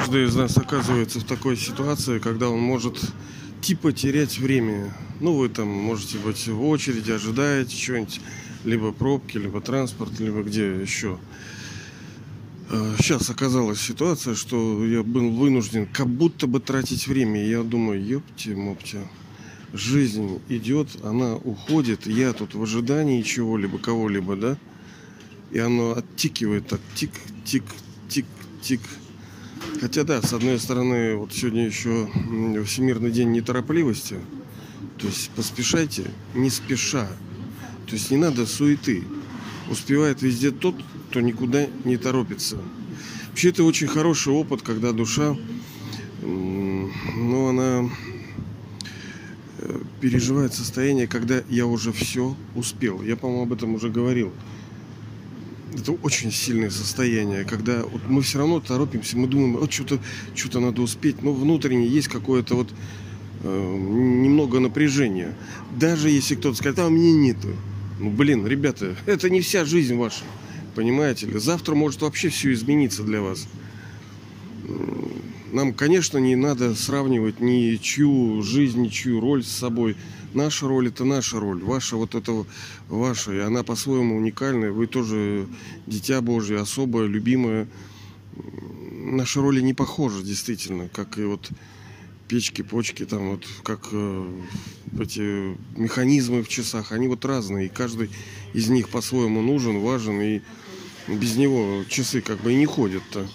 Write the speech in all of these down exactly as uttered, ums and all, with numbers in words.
Каждый из нас оказывается в такой ситуации, когда он может типа терять время. Ну, вы там можете быть в очереди, ожидаете чего-нибудь, либо пробки, либо транспорт, либо где еще. Сейчас оказалась ситуация, что я был вынужден как будто бы тратить время. И я думаю, ёпти-мопти, жизнь идет, она уходит, я тут в ожидании чего-либо, кого-либо, да? И оно оттикивает так, тик-тик-тик-тик. Хотя да, с одной стороны, вот сегодня еще Всемирный день неторопливости. То есть поспешайте, не спеша. То есть не надо суеты. Успевает везде тот, кто никуда не торопится. Вообще это очень хороший опыт, когда душа, ну, она переживает состояние, когда я уже все успел. Я, по-моему, об этом уже говорил. Это очень сильное состояние, когда вот мы все равно торопимся, мы думаем, вот что-то, что-то надо успеть, но внутренне есть какое-то вот э, немного напряжения. Даже если кто-то скажет, а у меня нету. Ну, блин, ребята, это не вся жизнь ваша, понимаете ли? Завтра может вообще все измениться для вас. Нам, конечно, не надо сравнивать ничью жизнь, ничью роль с собой. Наша роль – это наша роль. Ваша вот это ваша, и она по-своему уникальная. Вы тоже дитя Божье, особое, любимое. Наши роли не похожи, действительно, как и вот печки, почки, там вот как э, эти механизмы в часах. Они вот разные, и каждый из них по-своему нужен, важен, и без него часы как бы и не ходят-то.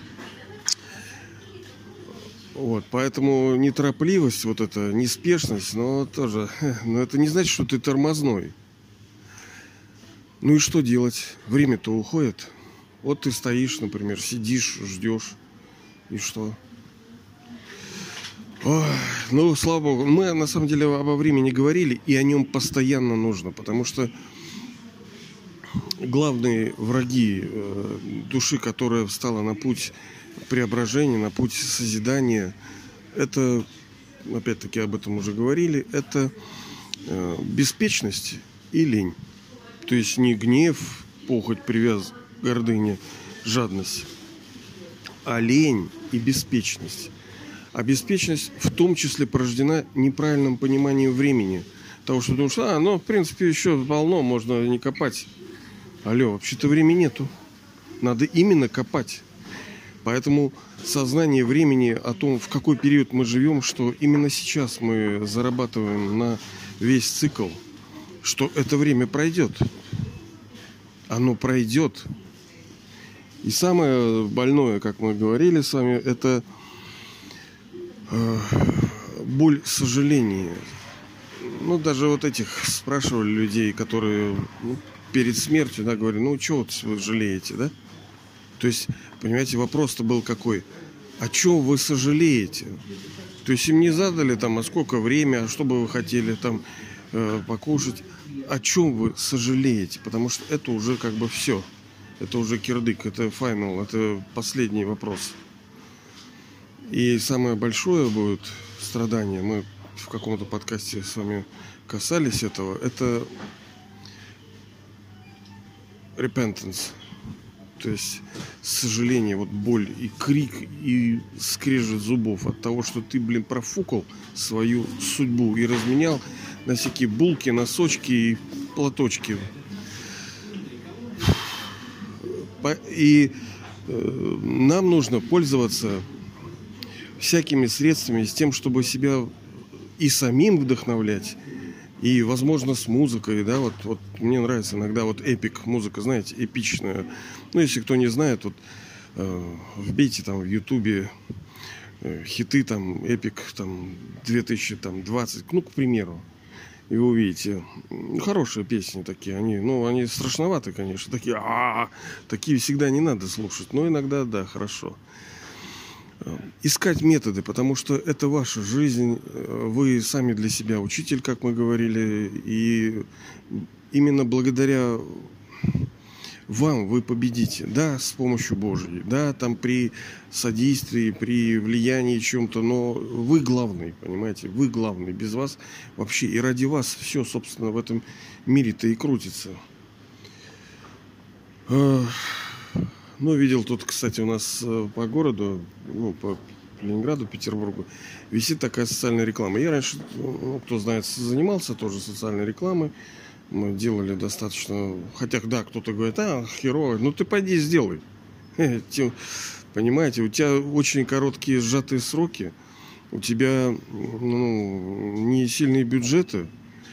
Вот, поэтому неторопливость, вот эта неспешность, но тоже, но это не значит, что ты тормозной. Ну и что делать? Время-то уходит. Вот ты стоишь, например, сидишь, ждешь. И что? Ой, ну, слава богу. Мы, на самом деле, обо времени говорили, и о нем постоянно нужно, потому что главные враги э, души, которая встала на путь преображения, на путь созидания, это, опять-таки об этом уже говорили, это э, беспечность и лень. То есть не гнев, похоть, привяз, гордыня, жадность, а лень и беспечность. А беспечность в том числе порождена неправильным пониманием времени. Того, что думаешь, а, ну, в принципе, еще полно, можно не копать. Алло, вообще-то времени нету. Надо именно копать. Поэтому сознание времени о том, в какой период мы живем, что именно сейчас мы зарабатываем на весь цикл, что это время пройдет. Оно пройдет. И самое больное, как мы говорили с вами, это э, боль сожаления. Ну, даже вот этих спрашивали людей, которые ну, перед смертью, да, говорили, ну, чего вот вы жалеете, да? То есть, понимаете, вопрос-то был какой? О чем вы сожалеете? То есть им не задали там, а сколько время, а что бы вы хотели там э, покушать. О чем вы сожалеете? Потому что это уже как бы все. Это уже кирдык, это финал, это последний вопрос. И самое большое будет страдание, мы в каком-то подкасте с вами касались этого, это repentance. То есть сожаление, вот боль и крик, и скрежет зубов от того, что ты, блин, профукал свою судьбу и разменял на всякие булки, носочки и платочки. И э, нам нужно пользоваться всякими средствами с тем, чтобы себя и самим вдохновлять, и, возможно, с музыкой, да, вот, вот мне нравится иногда вот эпик музыка, знаете, эпичная. Ну, если кто не знает, вот э, вбейте там в Ютубе э, хиты там, эпик там две тысячи двадцать, ну, к примеру, и вы увидите, ну, хорошие песни такие, они, ну, они страшноваты, конечно, такие, а-а-а, такие всегда не надо слушать, но иногда, да, хорошо. Искать методы, потому что это ваша жизнь, вы сами для себя учитель, как мы говорили, и именно благодаря вам вы победите, да, с помощью Божьей, да, там при содействии, при влиянии чем-то, но вы главный, понимаете, вы главный, без вас вообще, и ради вас все, собственно, в этом мире-то и крутится. Ну, видел тут, кстати, у нас по городу, ну, по Ленинграду, Петербургу, висит такая социальная реклама. Я раньше, ну, кто знает, занимался тоже социальной рекламой. Мы делали достаточно... Хотя, да, кто-то говорит, а, херово. Ну, ты пойди сделай. Понимаете, у тебя очень короткие сжатые сроки. У тебя, ну, не сильные бюджеты,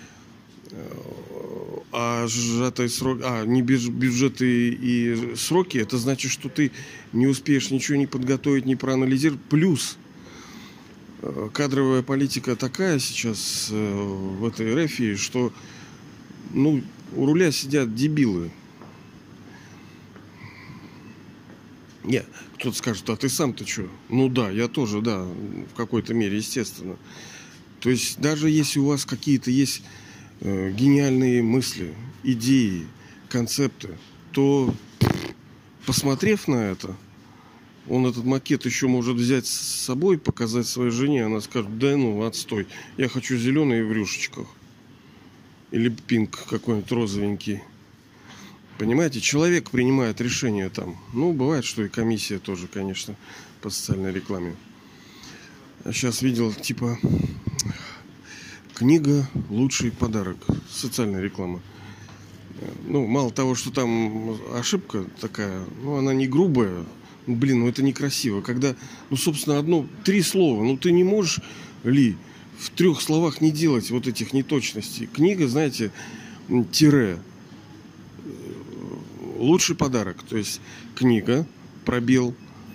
а сжатые сроки, а не бюджеты и сроки, это значит, что ты не успеешь ничего не подготовить, не проанализировать. Плюс кадровая политика такая сейчас в этой РФ, что, ну, у руля сидят дебилы. Не, кто-то скажет, а ты сам-то что? Ну да, я тоже, да, в какой-то мере, естественно. То есть даже если у вас какие-то есть э, гениальные мысли, идеи, концепты, то, посмотрев на это, он этот макет еще может взять с собой, показать своей жене, она скажет, да ну, отстой, я хочу зеленый в рюшечках. Или пинк какой-нибудь розовенький. Понимаете, человек принимает решение там. Ну, бывает, что и комиссия тоже, конечно, по социальной рекламе. Я сейчас видел, типа, книга «Лучший подарок». Социальная реклама. Ну, мало того, что там ошибка такая, ну, она не грубая. Ну, блин, ну это некрасиво. Когда, ну, собственно, одно, три слова. Ну, ты не можешь ли в трех словах не делать вот этих неточностей? Книга, знаете, тире. Лучший подарок. То есть книга, пробел.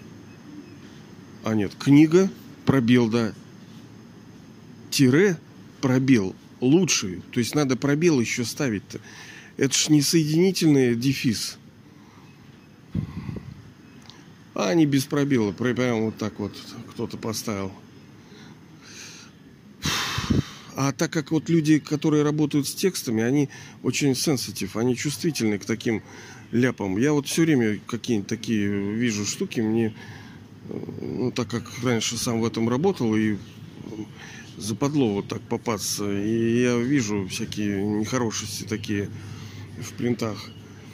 А нет, книга, пробел, да. Тире, пробел. Лучший. То есть надо пробел еще ставить-то. Это ж не соединительный дефис. А они без пробела. Прямо вот так вот кто-то поставил. А так как вот люди, которые работают с текстами, они очень сенситив, они чувствительны к таким ляпам. Я вот все время какие-нибудь такие вижу штуки, мне, ну, так как раньше сам в этом работал, и западло вот так попасться, и я вижу всякие нехорошести такие в принтах.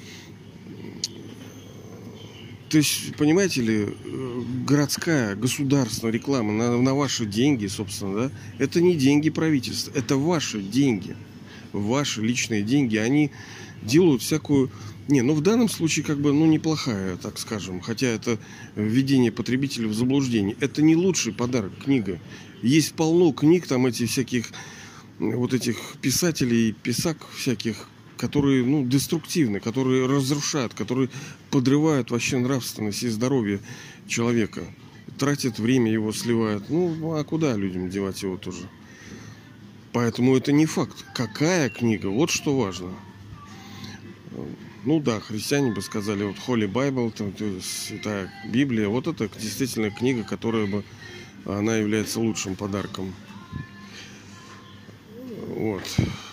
То есть, понимаете ли, городская, государственная реклама на, на ваши деньги, собственно, да, это не деньги правительства, это ваши деньги, ваши личные деньги. Они делают всякую... Не, ну в данном случае как бы, ну, неплохая, так скажем, хотя это введение потребителя в заблуждение. Это не лучший подарок, книга. Есть полно книг, там эти всяких, вот этих писателей, писак всяких, которые, ну, деструктивны, которые разрушают, которые подрывают вообще нравственность и здоровье человека. Тратят время, его сливают. Ну, а куда людям девать его тоже? Поэтому это не факт. Какая книга? Вот что важно. Ну да, христиане бы сказали, вот Holy Bible, там, то есть Святая Библия, вот это действительно книга, которая бы, она является лучшим подарком. Вот.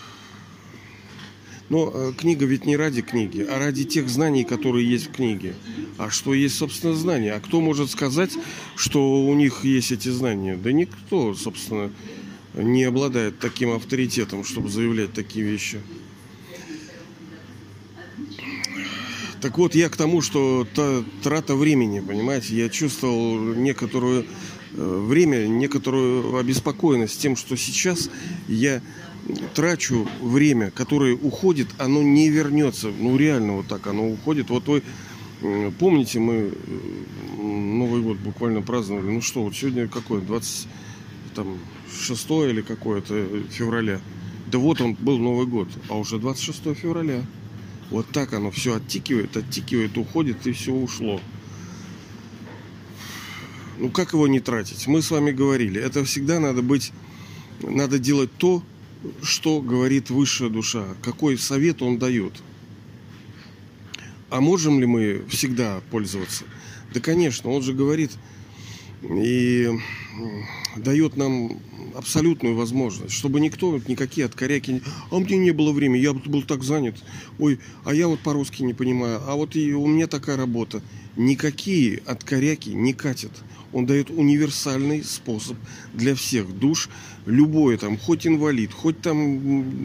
Но книга ведь не ради книги, а ради тех знаний, которые есть в книге. А что есть, собственно, знания? А кто может сказать, что у них есть эти знания? Да никто, собственно, не обладает таким авторитетом, чтобы заявлять такие вещи. Так вот, я к тому, что та трата времени, понимаете, я чувствовал некоторое время, некоторую обеспокоенность тем, что сейчас я трачу время, которое уходит, оно не вернется. Ну, реально вот так оно уходит. Вот вы помните, мы Новый год буквально праздновали. Ну что, вот сегодня какое? двадцать шестое или какое-то февраля. Да вот он был Новый год, а уже двадцать шестое февраля. Вот так оно все оттикивает, оттикивает, уходит, и все ушло. Ну, как его не тратить? Мы с вами говорили, это всегда надо быть, надо делать то, что говорит высшая душа, какой совет он дает. А можем ли мы всегда пользоваться? Да, конечно, он же говорит и дает нам абсолютную возможность, чтобы никто, никакие откоряки, а у меня не было времени, я был так занят, ой, а я вот по-русски не понимаю, а вот и у меня такая работа. Никакие откоряки не катят. Он дает универсальный способ для всех душ, любой там, хоть инвалид, хоть там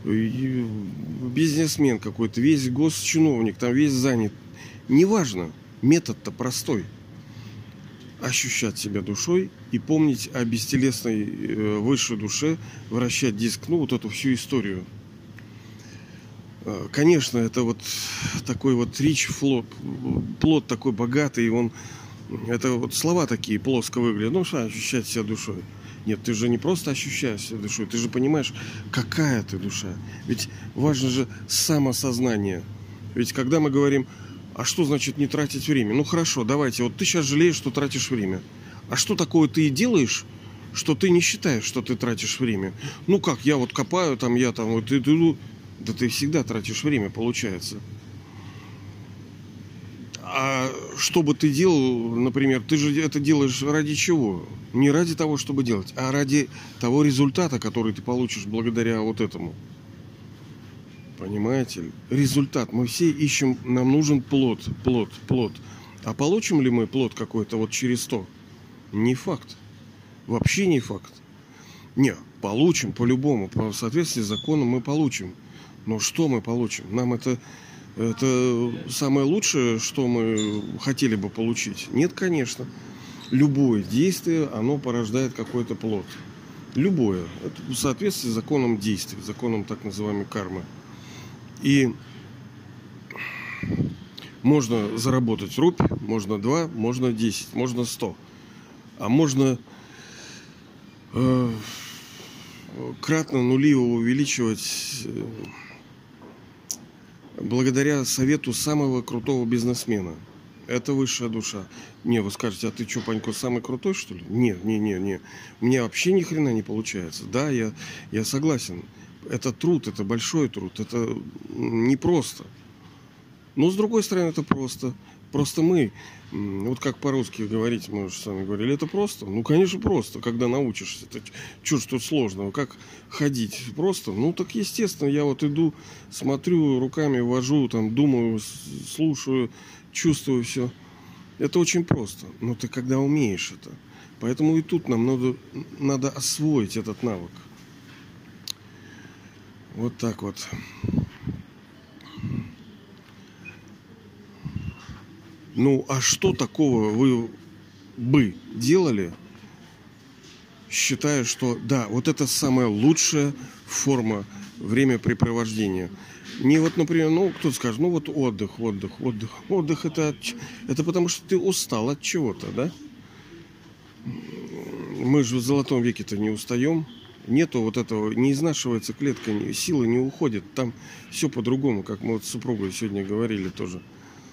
бизнесмен какой-то, весь госчиновник, там весь занят, неважно. Метод-то простой. Ощущать себя душой и помнить о бестелесной э, высшей душе, вращать диск, ну, вот эту всю историю. Э, конечно, это вот такой вот рич флот, плод такой богатый, он, это вот слова такие плоско выглядят. Ну, что ощущать себя душой? Нет, ты же не просто ощущаешь себя душой, ты же понимаешь, какая ты душа. Ведь важно же самосознание. Ведь когда мы говорим, а что значит не тратить время? Ну хорошо, давайте, вот ты сейчас жалеешь, что тратишь время. А что такое ты и делаешь, что ты не считаешь, что ты тратишь время? Ну как, я вот копаю, там я там вот иду. Да ты всегда тратишь время, получается. А что бы ты делал, например, ты же это делаешь ради чего? Не ради того, чтобы делать, а ради того результата, который ты получишь благодаря вот этому. Понимаете ли? Результат. Мы все ищем, нам нужен плод, плод, плод. А получим ли мы плод какой-то вот через то? Не факт. Вообще не факт. Не, получим по-любому. По соответствии с законом мы получим. Но что мы получим? Нам это, это самое лучшее, что мы хотели бы получить? Нет, конечно. Любое действие, оно порождает какой-то плод. Любое. Это в соответствии с законом действий, законом так называемой кармы. И можно заработать рубль, можно два, можно десять, можно сто. А можно э, кратно нули увеличивать э, благодаря совету самого крутого бизнесмена. Это высшая душа. Не, вы скажете, а ты что, Панько, самый крутой, что ли? Нет, не, не, не. У меня вообще ни хрена не получается. Да, я, я согласен. Это труд, это большой труд, это непросто. Но с другой стороны, это просто. Просто мы, вот как по-русски говорить, мы уже с вами говорили, это просто. Ну, конечно, просто, когда научишься. Это чушь тут сложного. Как ходить просто? Ну, так естественно, я вот иду, смотрю, руками вожу, там, думаю, слушаю, чувствую все. Это очень просто. Но ты когда умеешь это. Поэтому и тут нам надо, надо освоить этот навык. Вот так вот. Ну, а что такого вы бы делали, считая, что да, вот это самая лучшая форма времяпрепровождения? Не вот, например, ну, кто-то скажет, ну вот отдых, отдых, отдых. Отдых это, это потому, что ты устал от чего-то, да? Мы же в золотом веке-то не устаем. Нету вот этого, не изнашивается клетка, силы не уходит. Там все по-другому, как мы вот с супругой сегодня говорили тоже.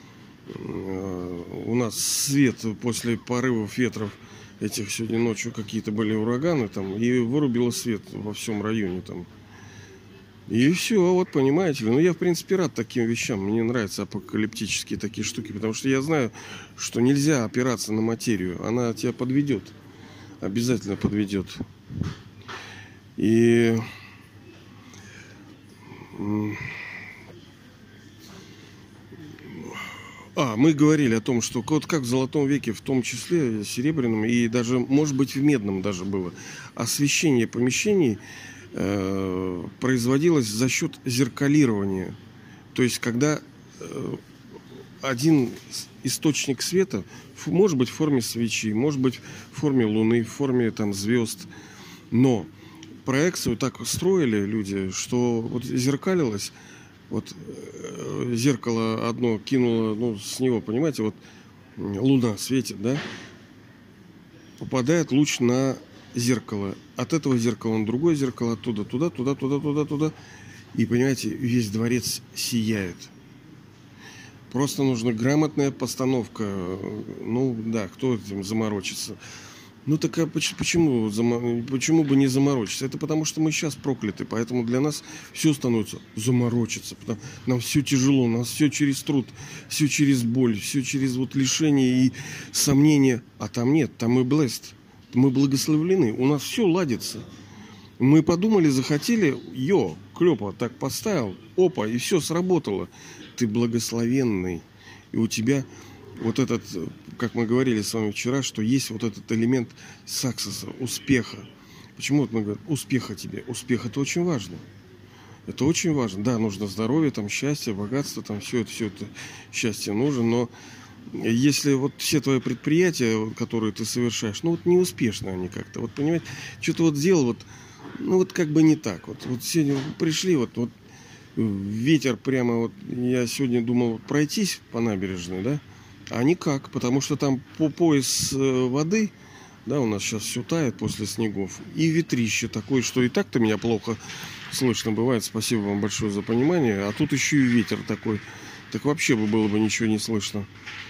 У нас свет после порывов ветров этих сегодня ночью какие-то были ураганы там, и вырубило свет во всем районе там. И все, вот понимаете ли. Ну, я, в принципе, рад таким вещам. Мне нравятся апокалиптические такие штуки, потому что я знаю, что нельзя опираться на материю. Она тебя подведет. Обязательно подведет. И а, мы говорили о том, что вот как в золотом веке, в том числе серебряном, и даже, может быть, в медном даже было, освещение помещений э, производилось за счет зеркалирования. То есть, когда э, один источник света, может быть, в форме свечи, может быть, в форме луны, в форме там звезд, но проекцию так строили люди, что вот зеркалилось, вот э, зеркало одно кинуло, ну, с него, понимаете, вот луна светит, да, попадает луч на зеркало, от этого зеркала на другое зеркало, оттуда, туда, туда, туда, туда, туда, и, понимаете, весь дворец сияет. Просто нужна грамотная постановка, ну, да, кто этим заморочится. Ну так а почему, почему бы не заморочиться? Это потому, что мы сейчас прокляты, поэтому для нас все становится заморочиться. Нам все тяжело, нас все через труд, все через боль, все через вот лишение и сомнения. А там нет, там мы blessed, мы благословлены, у нас все ладится. Мы подумали, захотели, йо, клёпо, так поставил, опа, и все сработало. Ты благословенный, и у тебя... Вот этот, как мы говорили с вами вчера, что есть вот этот элемент саксеса, успеха. Почему вот мы говорим, успеха тебе? Успех — это очень важно. Это очень важно. Да, нужно здоровье, там, счастье, богатство, там, все это, все это счастье нужно, но если вот все твои предприятия, которые ты совершаешь, ну вот неуспешно они как-то, вот понимаете, что-то вот сделал, вот, ну вот как бы не так. Вот, вот сегодня пришли, вот, вот ветер прямо, вот я сегодня думал пройтись по набережной, да, а никак, потому что там по пояс воды, да, у нас сейчас все тает после снегов, и ветрище такое, что и так-то меня плохо слышно бывает, спасибо вам большое за понимание, а тут еще и ветер такой, так вообще бы было бы ничего не слышно.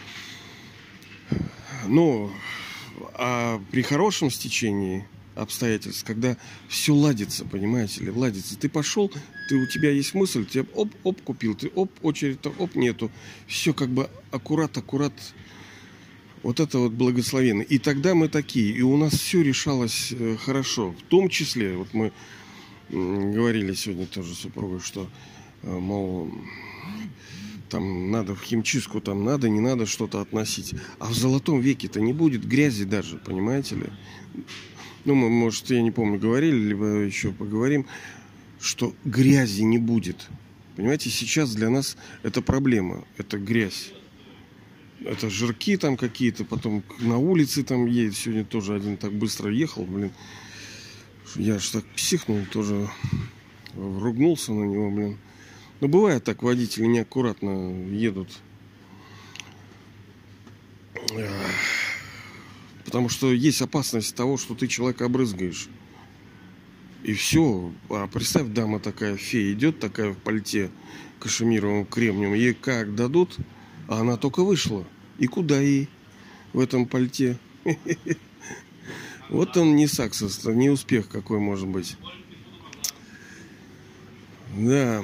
Ну, а при хорошем стечении обстоятельств, когда все ладится, понимаете ли, ладится. Ты пошел, ты, у тебя есть мысль, тебе оп-оп купил, ты оп, очередь-то оп, нету. Все как бы аккурат-аккурат. Вот это вот благословенно. И тогда мы такие, и у нас все решалось хорошо. В том числе, вот мы говорили сегодня тоже с супругой, что, мол, там надо в химчистку, там надо, не надо что-то относить. А в золотом веке-то не будет грязи даже, понимаете ли? Ну, мы, может, я не помню, говорили, либо еще поговорим, что грязи не будет. Понимаете, сейчас для нас это проблема, это грязь. Это жирки там какие-то, потом на улице там едет. Сегодня тоже один так быстро ехал, блин. Я аж так психнул, тоже ругнулся на него, блин. Но бывает так, водители неаккуратно едут. Потому что есть опасность того, что ты человека обрызгаешь. И все. А представь, дама такая, фея идет, такая в пальте кашемировом, кремниевом. Ей как дадут, а она только вышла. И куда ей в этом пальте? Вот он не саксес, не успех какой может быть. Да.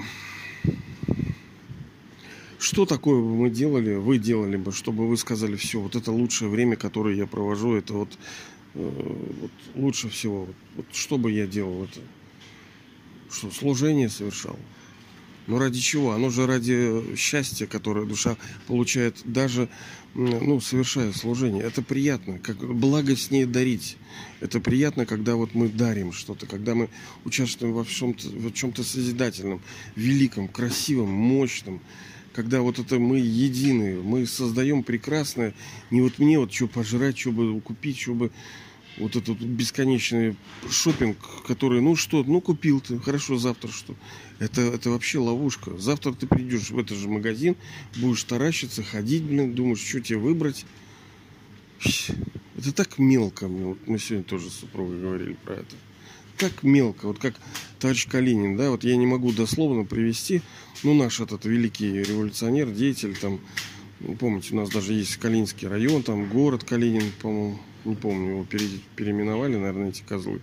Что такое бы мы делали, вы делали бы, чтобы вы сказали, все, вот это лучшее время, которое я провожу, это вот, э, вот лучше всего. Вот, вот что бы я делал, это что, служение совершал? Ну ради чего? Оно же ради счастья, которое душа получает, даже, ну, совершая служение. Это приятно, как благо с ней дарить. Это приятно, когда вот мы дарим что-то, когда мы участвуем во чем-то, в чем-то созидательном, великом, красивом, мощном. Когда вот это мы едины, мы создаем прекрасное, не вот мне вот что пожрать, что бы купить, что бы вот этот бесконечный шопинг, который, ну что, ну купил ты, хорошо, завтра что? Это, это вообще ловушка. Завтра ты придешь в этот же магазин, будешь таращиться, ходить, блин, думаешь, что тебе выбрать. Это так мелко. Вот мы сегодня тоже с супругой говорили про это. Так мелко, вот как товарищ Калинин, да, вот я не могу дословно привести, ну, наш этот великий революционер, деятель, там, помните, у нас даже есть Калининский район, там, город Калинин, по-моему, не помню, его пере, переименовали, наверное, эти козлы.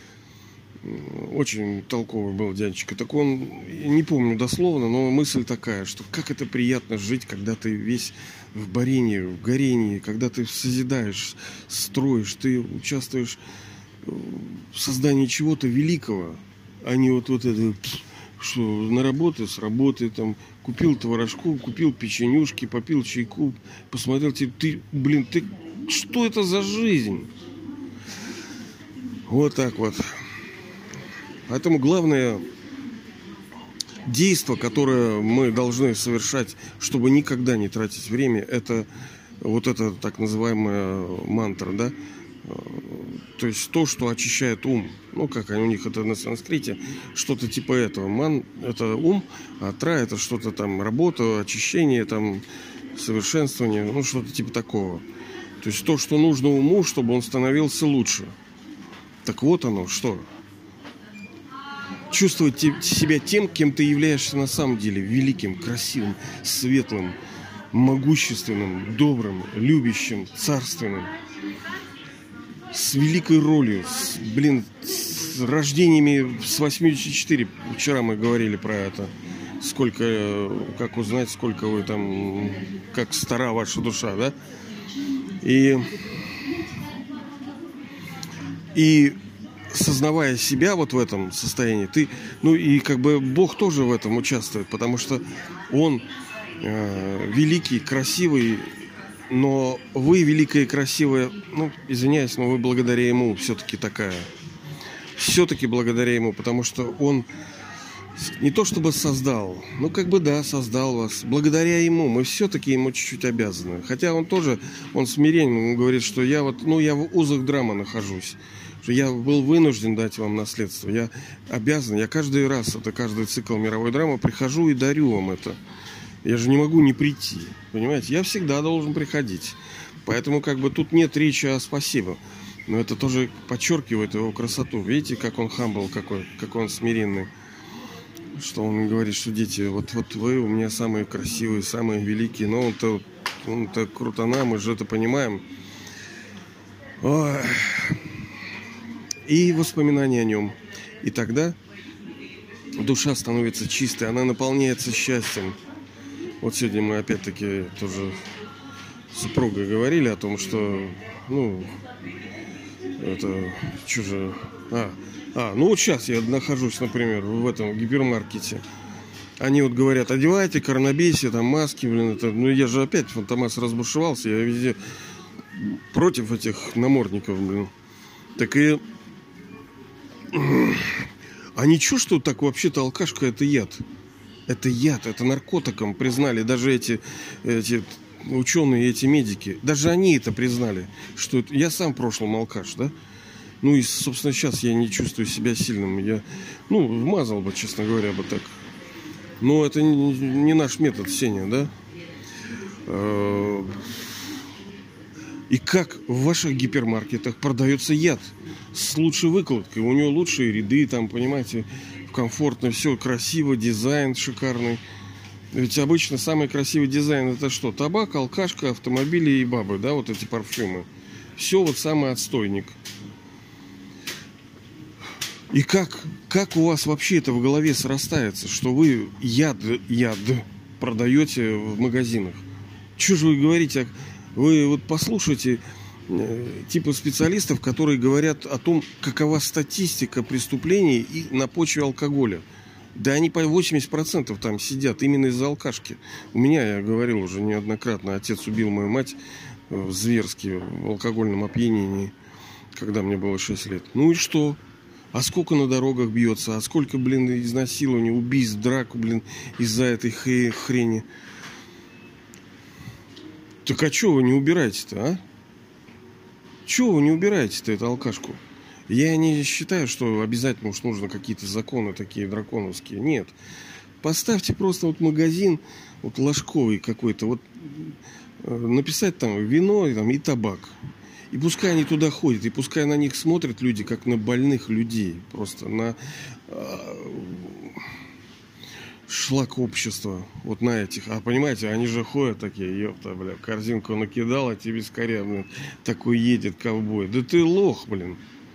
Очень толковый был дядечка. Так он, не помню дословно, но мысль такая, что как это приятно жить, когда ты весь в борении, в горении, когда ты созидаешь, строишь, ты участвуешь в создании чего-то великого, а не вот, вот это, что на работе, с работы, там, купил творожку, купил печенюшки, попил чайку, посмотрел, ты, ты, блин, ты, что это за жизнь? Вот так вот. Поэтому главное действие, которое мы должны совершать, чтобы никогда не тратить время, это вот эта так называемая мантра, да? То есть то, что очищает ум. Ну, как у них это на санскрите, что-то типа этого. Ман – это ум, а тра – это что-то там, работа, очищение, там, совершенствование, ну, что-то типа такого. То есть то, что нужно уму, чтобы он становился лучше. Так вот оно, что? Чувствовать себя тем, кем ты являешься на самом деле. Великим, красивым, светлым, могущественным, добрым, любящим, царственным. С великой ролью, с, блин, с рождениями с восемьдесят четыре. Вчера мы говорили про это. Сколько, как узнать, сколько вы там, как стара ваша душа, да? И, и сознавая себя вот в этом состоянии, ты, ну и как бы Бог тоже в этом участвует, потому что Он э, великий, красивый. Но вы великая и красивая, ну, извиняюсь, но вы благодаря Ему все-таки такая. Все-таки благодаря Ему, потому что Он Не то чтобы создал, ну как бы да, создал вас. Благодаря ему мы все-таки ему чуть-чуть обязаны. Хотя он тоже, он смиренный, он говорит, что я вот, ну я в узах драмы нахожусь. Что я был вынужден дать вам наследство. Я обязан, я каждый раз, это каждый цикл мировой драмы, прихожу и дарю вам это. Я же не могу не прийти, понимаете? Я всегда должен приходить. Поэтому как бы тут нет речи о спасибо. Но это тоже подчеркивает его красоту. Видите, как он хамбл, какой, какой он смиренный. Что он говорит, что дети, вот, вот вы у меня самые красивые, самые великие. Но он-то, он-то крутана, мы же это понимаем. Ой. И воспоминания о нем. И тогда душа становится чистой, она наполняется счастьем. Вот сегодня мы опять-таки тоже с супругой говорили о том, что, ну, это, что же, а, а, ну вот сейчас я нахожусь, например, в этом гипермаркете. Они вот говорят, одевайте коронабесие, там маски, блин, это, ну я же опять, Фантомас разбушевался, я везде против этих намордников, блин. Так и а ничего, что так вообще-то алкашка это яд. Это яд, это наркотиком признали даже эти, эти ученые, эти медики. Даже они это признали. Что это... Я сам в прошлом алкаш, да? Ну и, собственно, сейчас я не чувствую себя сильным. Я, ну, вмазал бы, честно говоря, бы так. Но это не, не наш метод, Сеня, да? И как в ваших гипермаркетах продается яд с лучшей выкладкой. У него лучшие ряды, там, понимаете, комфортно, все красиво, дизайн шикарный. Ведь обычно самый красивый дизайн это что? Табак, алкашка, автомобили и бабы, да, вот эти парфюмы. Все вот самый отстойник. И как, как у вас вообще это в голове срастается, что вы яд, яд продаете в магазинах? Чего же вы говорите? Вы вот послушайте типа специалистов, которые говорят о том, какова статистика преступлений и на почве алкоголя. Да они по восемьдесят процентов там сидят именно из-за алкашки. У меня, я говорил уже неоднократно, отец убил мою мать зверски в алкогольном опьянении, когда мне было шесть лет. Ну и что? А сколько на дорогах бьется? А сколько, блин, изнасилований, убийств, драку, блин, из-за этой хрени? Так а что вы не убираете-то, а? Чего вы не убираете-то эту алкашку? Я не считаю, что обязательно уж нужно какие-то законы такие драконовские. Нет. Поставьте просто вот магазин, вот ложковый какой-то, вот написать там вино там, и табак. И пускай они туда ходят, и пускай на них смотрят люди, как на больных людей. Просто на шлак общества. Вот на этих. А понимаете, они же ходят такие, ёпта, бля, корзинку накидал, а тебе скорее, блин, такой едет ковбой. Да ты лох, блин.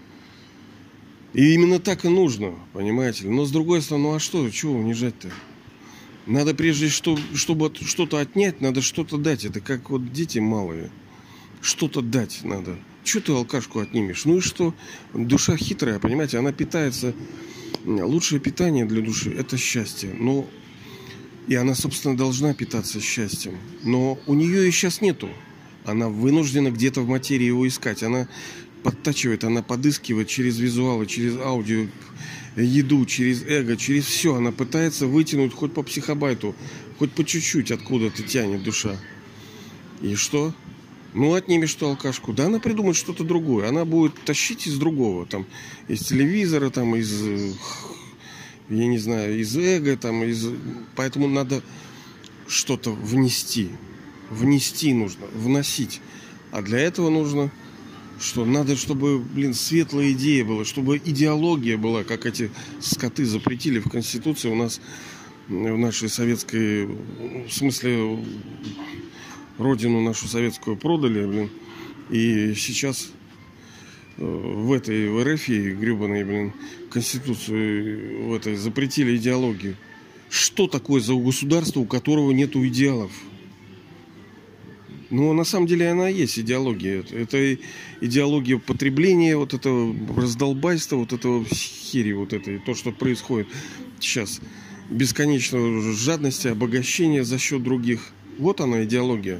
И именно так и нужно, понимаете. Но с другой стороны, ну а что, чего унижать-то? Надо прежде, чтобы, чтобы что-то отнять, надо что-то дать. Это как вот дети малые. Что-то дать надо. Чего ты алкашку отнимешь? Ну и что? Душа хитрая, понимаете, она питается... Лучшее питание для души – это счастье. Но... И она, собственно, должна питаться счастьем. Но у нее и сейчас нету. Она вынуждена где-то в материи его искать. Она подтачивает, она подыскивает через визуалы, через аудио, еду, через эго, через все. Она пытается вытянуть хоть по психобайту, хоть по чуть-чуть откуда-то тянет душа. И что? Ну, отнимешь что алкашку. Да она придумает что-то другое. Она будет тащить из другого. Там, из телевизора, там, из, я не знаю, из эго, там, из... Поэтому надо что-то внести. Внести нужно, вносить. А для этого нужно, что надо, чтобы, блин, светлая идея была, чтобы идеология была, как эти скоты запретили в Конституции у нас, в нашей советской, в смысле... Родину нашу советскую продали, блин. И сейчас в этой в РФ гребаной, блин, Конституцию в этой запретили идеологию. Что такое за государство, у которого нету идеалов? Ну, на самом деле она есть идеология. Это идеология потребления, вот этого раздолбайства, вот этого хери, вот этой, то, что происходит сейчас. Бесконечного жадности, обогащения за счет других. Вот она идеология.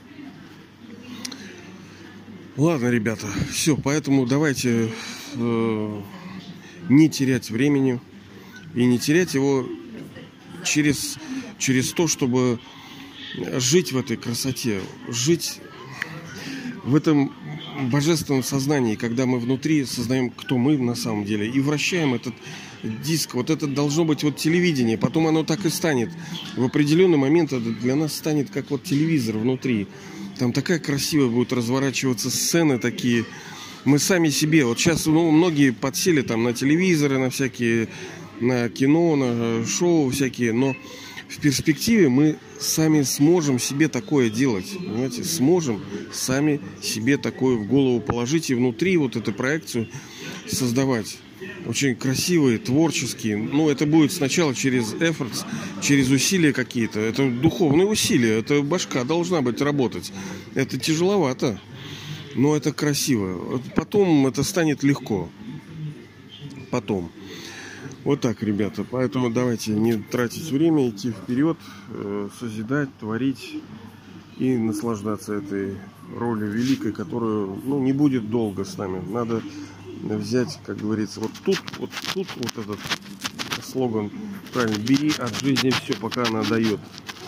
Ладно, ребята, все, поэтому давайте э, не терять времени, И не терять его через, через то, чтобы жить в этой красоте, жить в этом божественном сознании, когда мы внутри сознаем, кто мы на самом деле, и вращаем этот диск. Вот это должно быть вот телевидение, потом оно так и станет. В определенный момент это для нас станет как вот телевизор внутри. Там такая красивая будет разворачиваться сцены такие. Мы сами себе, вот сейчас ну, многие подсели там на телевизоры, на всякие, на кино, на шоу всякие, но в перспективе мы сами сможем себе такое делать, понимаете, сможем сами себе такое в голову положить и внутри вот эту проекцию создавать. Очень красивые, творческие. Ну, это будет сначала через efforts, через усилия какие-то. Это духовные усилия, это башка должна быть работать. Это тяжеловато, но это красиво. Потом это станет легко. Потом. Вот так, ребята. Поэтому давайте не тратить время, идти вперед, созидать, творить и наслаждаться этой ролью великой, которую, ну, не будет долго с нами. Надо взять, как говорится, вот тут, вот тут, вот этот слоган, правильно, бери от жизни все, пока она дает.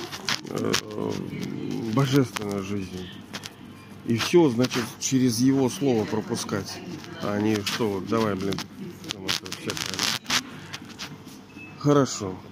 Божественная жизнь. И все, значит, через его слово пропускать. А не что, вот, давай, блин, там это всякое. Хорошо.